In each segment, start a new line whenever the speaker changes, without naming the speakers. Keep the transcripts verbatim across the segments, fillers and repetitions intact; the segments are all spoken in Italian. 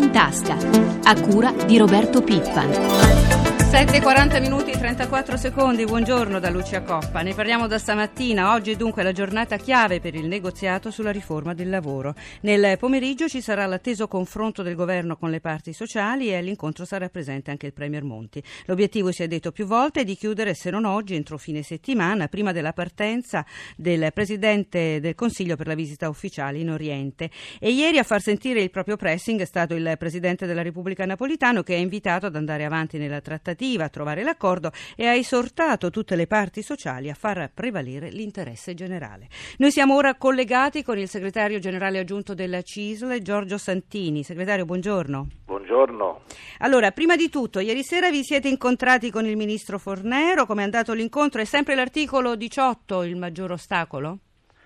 in tasca, a cura di Roberto Pippan.
sette e quaranta minuti e trentaquattro secondi, buongiorno da Lucia Coppa. Ne parliamo da stamattina. Oggi è dunque la giornata chiave per il negoziato sulla riforma del lavoro. Nel pomeriggio ci sarà l'atteso confronto del governo con le parti sociali e all'incontro sarà presente anche il Premier Monti. L'obiettivo, si è detto più volte, è di chiudere, se non oggi, entro fine settimana, prima della partenza del Presidente del Consiglio per la visita ufficiale in Oriente. E ieri a far sentire il proprio pressing è stato il Presidente della Repubblica Napolitano, che ha invitato ad andare avanti nella trattativa, a trovare l'accordo, e ha esortato tutte le parti sociali a far prevalere l'interesse generale. Noi siamo ora collegati con il segretario generale aggiunto della C I S L, Giorgio Santini. Segretario, buongiorno.
Buongiorno.
Allora, prima di tutto, ieri sera vi siete incontrati con il ministro Fornero. Come è andato l'incontro? È sempre l'articolo diciotto il maggior ostacolo?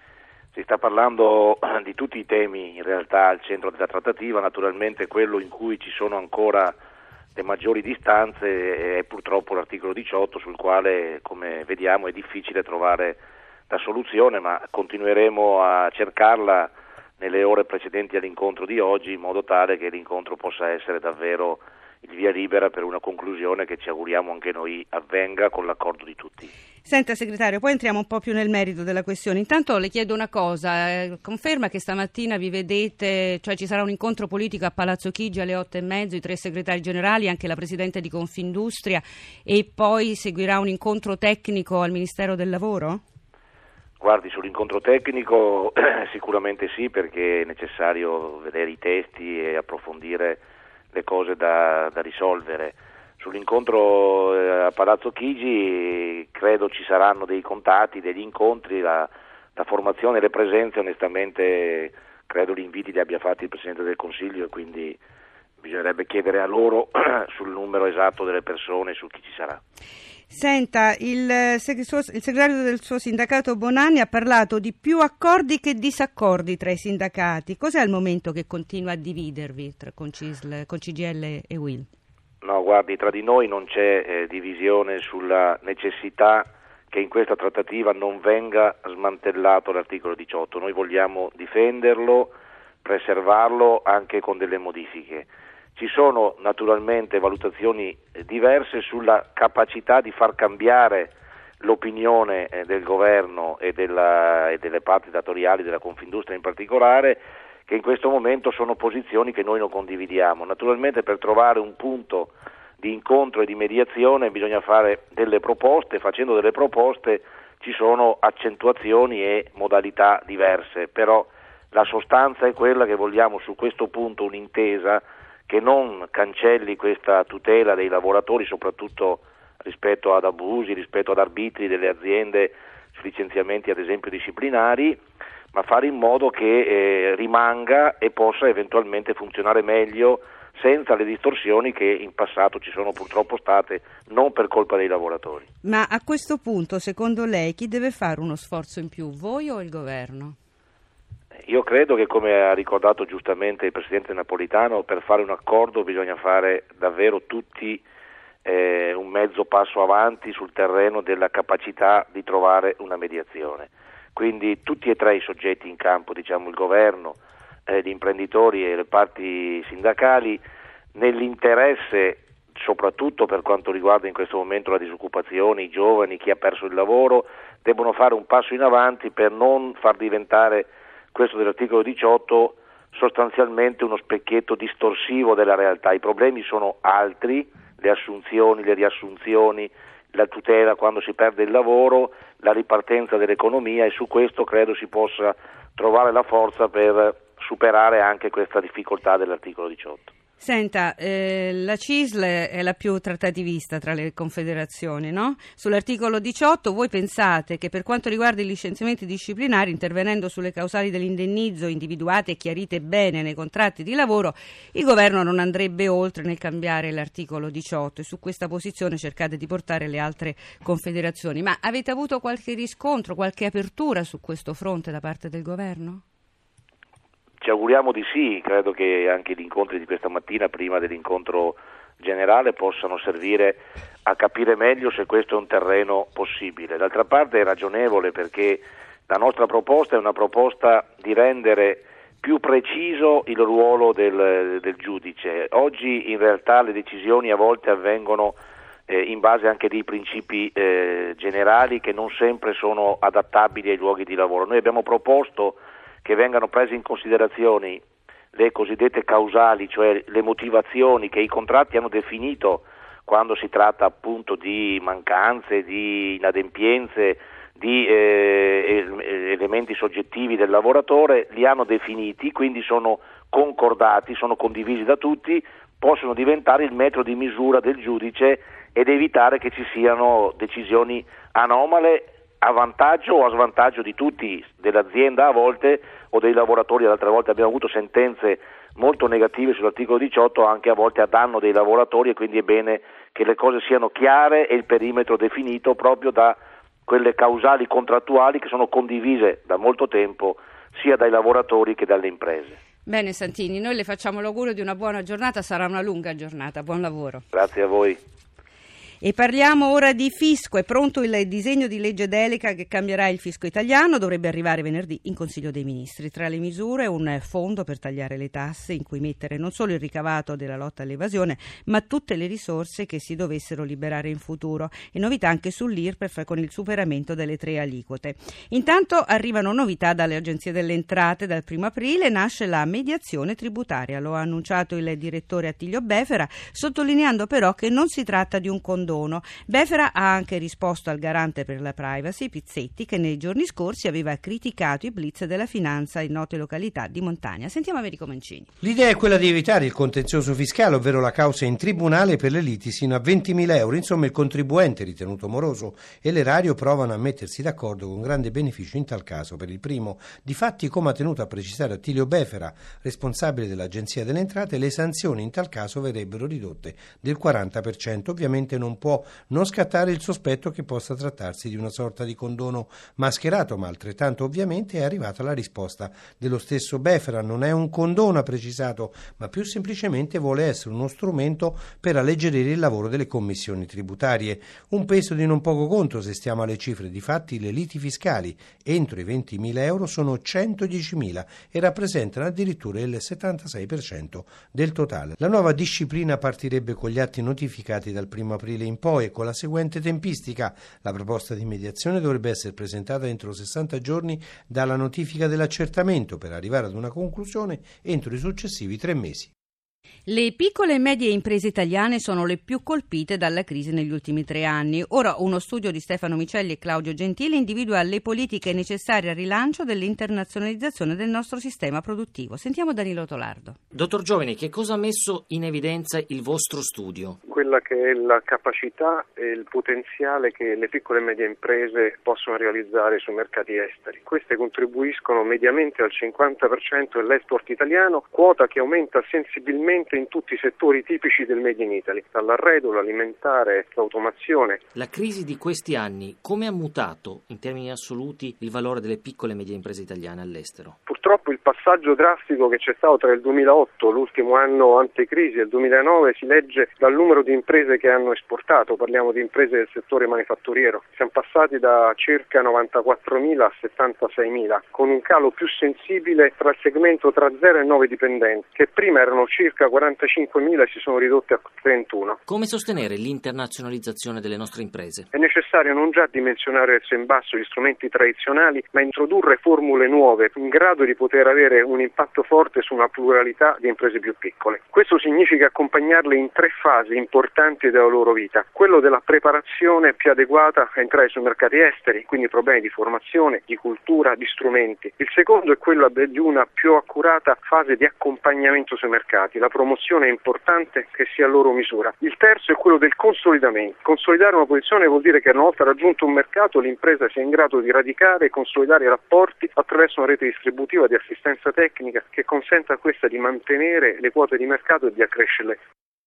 Si sta parlando di tutti i temi in realtà al centro della trattativa. Naturalmente quello in cui ci sono ancora le maggiori distanze è purtroppo l'articolo diciotto, sul quale, come vediamo, è difficile trovare la soluzione, ma continueremo a cercarla nelle ore precedenti all'incontro di oggi, in modo tale che l'incontro possa essere davvero il via libera per una conclusione che ci auguriamo anche noi avvenga con l'accordo di tutti.
Senta, segretario, poi entriamo un po' più nel merito della questione. Intanto le chiedo una cosa, eh, conferma che stamattina vi vedete, cioè ci sarà un incontro politico a Palazzo Chigi alle otto e mezzo, i tre segretari generali, anche la Presidente di Confindustria, e poi seguirà un incontro tecnico al Ministero del Lavoro?
Guardi, sull'incontro tecnico sicuramente sì, perché è necessario vedere i testi e approfondire le cose da, da risolvere. Sull'incontro eh, a Palazzo Chigi credo ci saranno dei contatti, degli incontri, la, la formazione e le presenze, onestamente credo gli inviti li abbia fatti il Presidente del Consiglio, e quindi bisognerebbe chiedere a loro sul numero esatto delle persone e su chi ci sarà.
Senta, il, il segretario del suo sindacato Bonanni ha parlato di più accordi che disaccordi tra i sindacati. Cos'è al momento che continua a dividervi tra con, C I S L, con C G I L e U I L?
No, guardi, tra di noi non c'è eh, divisione sulla necessità che in questa trattativa non venga smantellato l'articolo diciotto. Noi vogliamo difenderlo, preservarlo anche con delle modifiche. Ci sono naturalmente valutazioni diverse sulla capacità di far cambiare l'opinione eh, del governo e, della, e delle parti datoriali della Confindustria in particolare, che in questo momento sono posizioni che noi non condividiamo. Naturalmente per trovare un punto di incontro e di mediazione bisogna fare delle proposte. Facendo delle proposte ci sono accentuazioni e modalità diverse, però la sostanza è quella che vogliamo su questo punto un'intesa che non cancelli questa tutela dei lavoratori, soprattutto rispetto ad abusi, rispetto ad arbitri delle aziende su licenziamenti ad esempio disciplinari, ma fare in modo che eh, rimanga e possa eventualmente funzionare meglio senza le distorsioni che in passato ci sono purtroppo state, non per colpa dei lavoratori.
Ma a questo punto, secondo lei, chi deve fare uno sforzo in più, voi o il governo?
Io credo che, come ha ricordato giustamente il Presidente Napolitano, per fare un accordo bisogna fare davvero tutti eh, un mezzo passo avanti sul terreno della capacità di trovare una mediazione. Quindi tutti e tre i soggetti in campo, diciamo il governo, eh, gli imprenditori e le parti sindacali, nell'interesse soprattutto per quanto riguarda in questo momento la disoccupazione, i giovani, chi ha perso il lavoro, debbono fare un passo in avanti per non far diventare questo dell'articolo diciotto sostanzialmente uno specchietto distorsivo della realtà. I problemi sono altri, le assunzioni, le riassunzioni, la tutela quando si perde il lavoro, la ripartenza dell'economia, e su questo credo si possa trovare la forza per superare anche questa difficoltà dell'articolo diciotto.
Senta, eh, la C I S L è la più trattativista tra le confederazioni, no? Sull'articolo diciotto voi pensate che per quanto riguarda i licenziamenti disciplinari, intervenendo sulle causali dell'indennizzo individuate e chiarite bene nei contratti di lavoro, il governo non andrebbe oltre nel cambiare l'articolo diciotto, e su questa posizione cercate di portare le altre confederazioni. Ma avete avuto qualche riscontro, qualche apertura su questo fronte da parte del governo?
Ci auguriamo di sì, credo che anche gli incontri di questa mattina, prima dell'incontro generale, possano servire a capire meglio se questo è un terreno possibile. D'altra parte è ragionevole, perché la nostra proposta è una proposta di rendere più preciso il ruolo del, del giudice. Oggi in realtà le decisioni a volte avvengono eh, in base anche dei principi eh, generali che non sempre sono adattabili ai luoghi di lavoro. Noi abbiamo proposto che vengano prese in considerazione le cosiddette causali, cioè le motivazioni che i contratti hanno definito quando si tratta appunto di mancanze, di inadempienze, di eh, elementi soggettivi del lavoratore, li hanno definiti, quindi sono concordati, sono condivisi da tutti, possono diventare il metro di misura del giudice ed evitare che ci siano decisioni anomale a vantaggio o a svantaggio di tutti, dell'azienda a volte o dei lavoratori. L'altra volta abbiamo avuto sentenze molto negative sull'articolo diciotto, anche a volte a danno dei lavoratori, e quindi è bene che le cose siano chiare e il perimetro definito proprio da quelle causali contrattuali che sono condivise da molto tempo sia dai lavoratori che dalle imprese.
Bene Santini, noi le facciamo l'augurio di una buona giornata, sarà una lunga giornata, buon lavoro.
Grazie a voi.
E parliamo ora di fisco. È pronto il disegno di legge delega che cambierà il fisco italiano, dovrebbe arrivare venerdì in Consiglio dei Ministri. Tra le misure un fondo per tagliare le tasse in cui mettere non solo il ricavato della lotta all'evasione, ma tutte le risorse che si dovessero liberare in futuro, e novità anche sull'I R P E F con il superamento delle tre aliquote. Intanto arrivano novità dalle agenzie delle entrate. Dal primo aprile nasce la mediazione tributaria, lo ha annunciato il direttore Attilio Befera, sottolineando però che non si tratta di un condono. Befera ha anche risposto al garante per la privacy Pizzetti, che nei giorni scorsi aveva criticato i blitz della finanza in note località di montagna. Sentiamo Americo Mancini.
L'idea è quella di evitare il contenzioso fiscale, ovvero la causa in tribunale per le liti sino a ventimila euro. Insomma, il contribuente ritenuto moroso e l'erario provano a mettersi d'accordo con grande beneficio in tal caso per il primo. Difatti, come ha tenuto a precisare Attilio Befera, responsabile dell'Agenzia delle Entrate, le sanzioni in tal caso verrebbero ridotte del quaranta per cento. Ovviamente non può non scattare il sospetto che possa trattarsi di una sorta di condono mascherato, ma altrettanto ovviamente è arrivata la risposta dello stesso Befera. Non è un condono, ha precisato, ma più semplicemente vuole essere uno strumento per alleggerire il lavoro delle commissioni tributarie. Un peso di non poco conto se stiamo alle cifre. Difatti le liti fiscali entro i ventimila euro sono centodiecimila e rappresentano addirittura il settantasei per cento del totale. La nuova disciplina partirebbe con gli atti notificati dal primo aprile in poi e con la seguente tempistica. La proposta di mediazione dovrebbe essere presentata entro sessanta giorni dalla notifica dell'accertamento, per arrivare ad una conclusione entro i successivi tre mesi.
Le piccole e medie imprese italiane sono le più colpite dalla crisi negli ultimi tre anni. Ora uno studio di Stefano Micelli e Claudio Gentili individua le politiche necessarie al rilancio dell'internazionalizzazione del nostro sistema produttivo. Sentiamo Danilo Tolardo.
Dottor Giovani, che cosa ha messo in evidenza il vostro studio?
Quella che è la capacità e il potenziale che le piccole e medie imprese possono realizzare sui mercati esteri. Queste contribuiscono mediamente al cinquanta per cento dell'export italiano, quota che aumenta sensibilmente in tutti i settori tipici del Made in Italy, dall'arredo, l'alimentare, l'automazione.
La crisi di questi anni come ha mutato in termini assoluti il valore delle piccole e medie imprese italiane all'estero?
Purtroppo il passaggio drastico che c'è stato tra il duemilaotto, l'ultimo anno antecrisi, e il duemilanove si legge dal numero di imprese che hanno esportato. Parliamo di imprese del settore manifatturiero. Siamo passati da circa novantaquattromila a settantaseimila, con un calo più sensibile tra il segmento tra zero e nove dipendenti, che prima erano circa quarantacinquemila e si sono ridotti a trentuno.
Come sostenere l'internazionalizzazione delle nostre imprese?
È necessario non già dimensionare verso in basso gli strumenti tradizionali, ma introdurre formule nuove in grado di poter avere un impatto forte su una pluralità di imprese più piccole. Questo significa accompagnarle in tre fasi importanti della loro vita. Quello della preparazione più adeguata a entrare sui mercati esteri, quindi problemi di formazione, di cultura, di strumenti. Il secondo è quello di una più accurata fase di accompagnamento sui mercati. La promozione è importante che sia a loro misura. Il terzo è quello del consolidamento. Consolidare una posizione vuol dire che una volta raggiunto un mercato l'impresa sia in grado di radicare e consolidare i rapporti attraverso una rete distributiva di assistenza tecnica che consenta a questa di mantenere le quote di mercato e di accrescerle.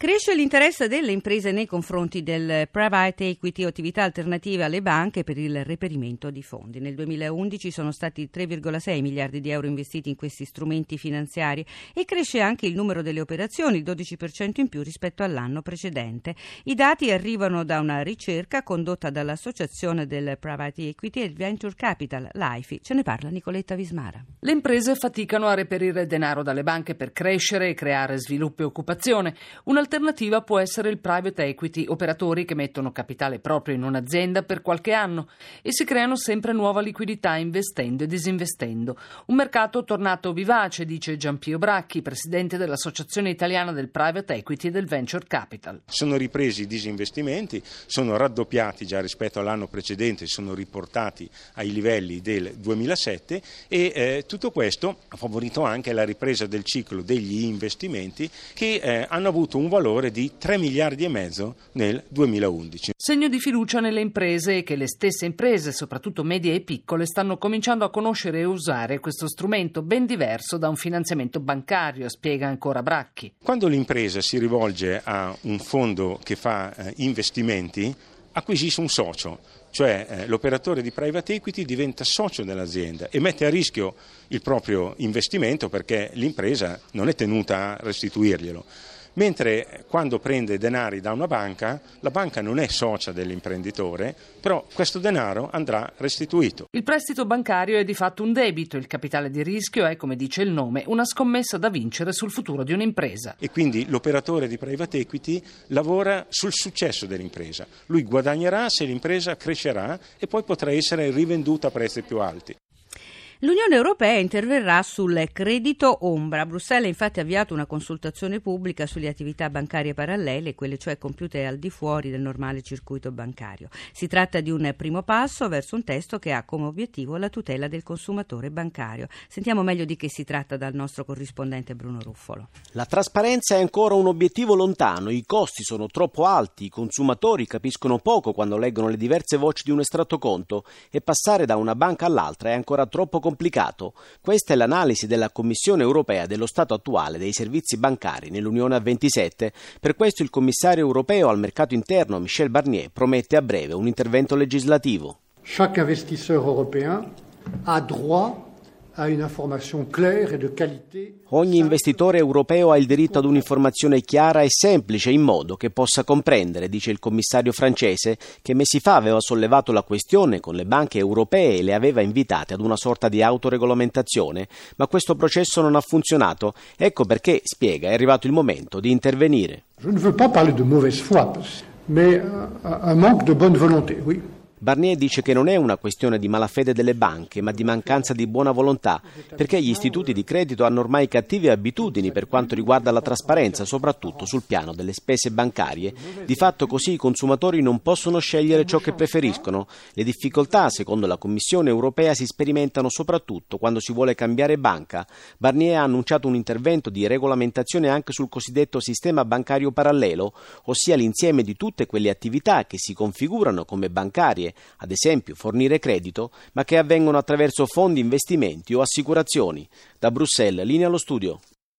Cresce l'interesse delle imprese nei confronti del private equity o attività alternative alle banche per il reperimento di fondi. Nel duemilaundici sono stati tre virgola sei miliardi di euro investiti in questi strumenti finanziari e cresce anche il numero delle operazioni, il dodici per cento in più rispetto all'anno precedente. I dati arrivano da una ricerca condotta dall'Associazione del Private Equity e Venture Capital, l'A I F I. Ce ne parla Nicoletta Vismara.
Le imprese faticano a reperire denaro dalle banche per crescere e creare sviluppo e occupazione. Un'alternativa può essere il private equity, operatori che mettono capitale proprio in un'azienda per qualche anno e si creano sempre nuova liquidità investendo e disinvestendo. Un mercato tornato vivace, dice Gianpio Bracchi, presidente dell'Associazione Italiana del Private Equity e del Venture Capital.
Sono ripresi i disinvestimenti, sono raddoppiati già rispetto all'anno precedente, sono riportati ai livelli del duemilasette e eh, tutto questo ha favorito anche la ripresa del ciclo degli investimenti che eh, hanno avuto un valore di tre miliardi e mezzo nel duemilaundici.
Segno di fiducia nelle imprese e che le stesse imprese, soprattutto medie e piccole, stanno cominciando a conoscere e usare questo strumento ben diverso da un finanziamento bancario, spiega ancora Bracchi.
Quando l'impresa si rivolge a un fondo che fa eh, investimenti, acquisisce un socio, cioè eh, l'operatore di private equity diventa socio dell'azienda e mette a rischio il proprio investimento perché l'impresa non è tenuta a restituirglielo. Mentre quando prende denari da una banca, la banca non è socia dell'imprenditore, però questo denaro andrà restituito.
Il prestito bancario è di fatto un debito, il capitale di rischio è, come dice il nome, una scommessa da vincere sul futuro di un'impresa.
E quindi l'operatore di private equity lavora sul successo dell'impresa. Lui guadagnerà se l'impresa crescerà e poi potrà essere rivenduta a prezzi più alti.
L'Unione Europea interverrà sul credito ombra. Bruxelles ha infatti avviato una consultazione pubblica sulle attività bancarie parallele, quelle cioè compiute al di fuori del normale circuito bancario. Si tratta di un primo passo verso un testo che ha come obiettivo la tutela del consumatore bancario. Sentiamo meglio di che si tratta dal nostro corrispondente Bruno Ruffolo.
La trasparenza è ancora un obiettivo lontano, i costi sono troppo alti, i consumatori capiscono poco quando leggono le diverse voci di un estratto conto e passare da una banca all'altra è ancora troppo complicato. Questa è l'analisi della Commissione europea dello stato attuale dei servizi bancari nell'Unione a ventisette. Per questo il commissario europeo al mercato interno Michel Barnier promette a breve un intervento legislativo.
Chaque investisseur européen a droit a un'informazione claire e di qualità.
Ogni investitore europeo ha il diritto ad un'informazione chiara e semplice in modo che possa comprendere, dice il commissario francese, che mesi fa aveva sollevato la questione con le banche europee e le aveva invitate ad una sorta di autoregolamentazione, ma questo processo non ha funzionato. Ecco perché, spiega, è arrivato il momento di intervenire.
Je ne veux pas parler de mauvaise foi, mais un manque de bonne volonté, oui.
Barnier dice che non è una questione di malafede delle banche, ma di mancanza di buona volontà, perché gli istituti di credito hanno ormai cattive abitudini per quanto riguarda la trasparenza, soprattutto sul piano delle spese bancarie. Di fatto così i consumatori non possono scegliere ciò che preferiscono. Le difficoltà, secondo la Commissione europea, si sperimentano soprattutto quando si vuole cambiare banca. Barnier ha annunciato un intervento di regolamentazione anche sul cosiddetto sistema bancario parallelo, ossia l'insieme di tutte quelle attività che si configurano come bancarie, ad esempio fornire credito, ma che avvengono attraverso fondi, investimenti o assicurazioni. Da Bruxelles, linea allo studio.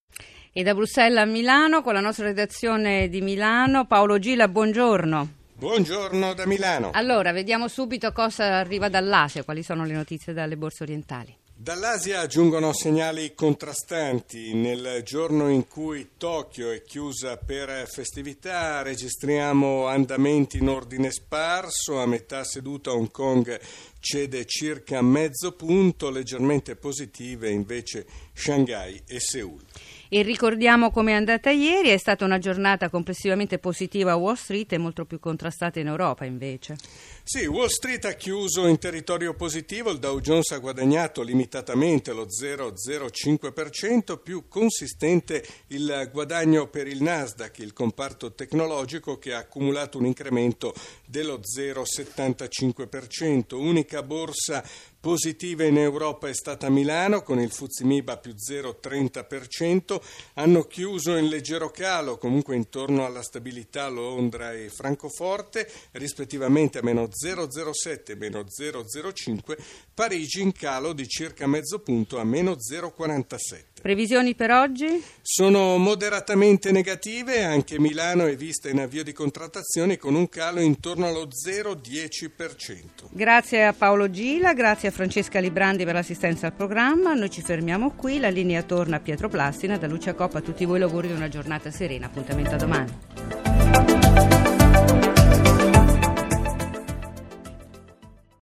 E da Bruxelles a Milano, con la nostra redazione di Milano, Paolo Gila, buongiorno.
Buongiorno da Milano.
Allora, vediamo subito cosa arriva dall'Asia, quali sono le notizie dalle borse orientali.
Dall'Asia giungono segnali contrastanti. Nel giorno in cui Tokyo è chiusa per festività registriamo andamenti in ordine sparso. A metà seduta Hong Kong cede circa mezzo punto, leggermente positive invece Shanghai e Seul.
E ricordiamo come è andata ieri, è stata una giornata complessivamente positiva a Wall Street e molto più contrastata in Europa invece.
Sì, Wall Street ha chiuso in territorio positivo, il Dow Jones ha guadagnato limitatamente lo zero virgola zero cinque per cento, più consistente il guadagno per il Nasdaq, il comparto tecnologico che ha accumulato un incremento dello zero virgola settantacinque per cento. Unica borsa positiva in Europa è stata Milano con il F T S E MIB a più zero virgola trenta per cento, hanno chiuso in leggero calo, comunque intorno alla stabilità Londra e Francoforte, rispettivamente a meno zero virgola zero sette e meno zero virgola zero cinque, Parigi in calo di circa mezzo punto a meno zero virgola quarantasette.
Previsioni per oggi?
Sono moderatamente negative, anche Milano è vista in avvio di contrattazioni con un calo intorno allo zero virgola dieci per cento.
Grazie a Paolo Gila, grazie a Francesca Librandi per l'assistenza al programma. Noi ci fermiamo qui, la linea torna a Pietro Plastina. Da Lucia Coppa a tutti voi l'augurio di una giornata serena. Appuntamento a domani.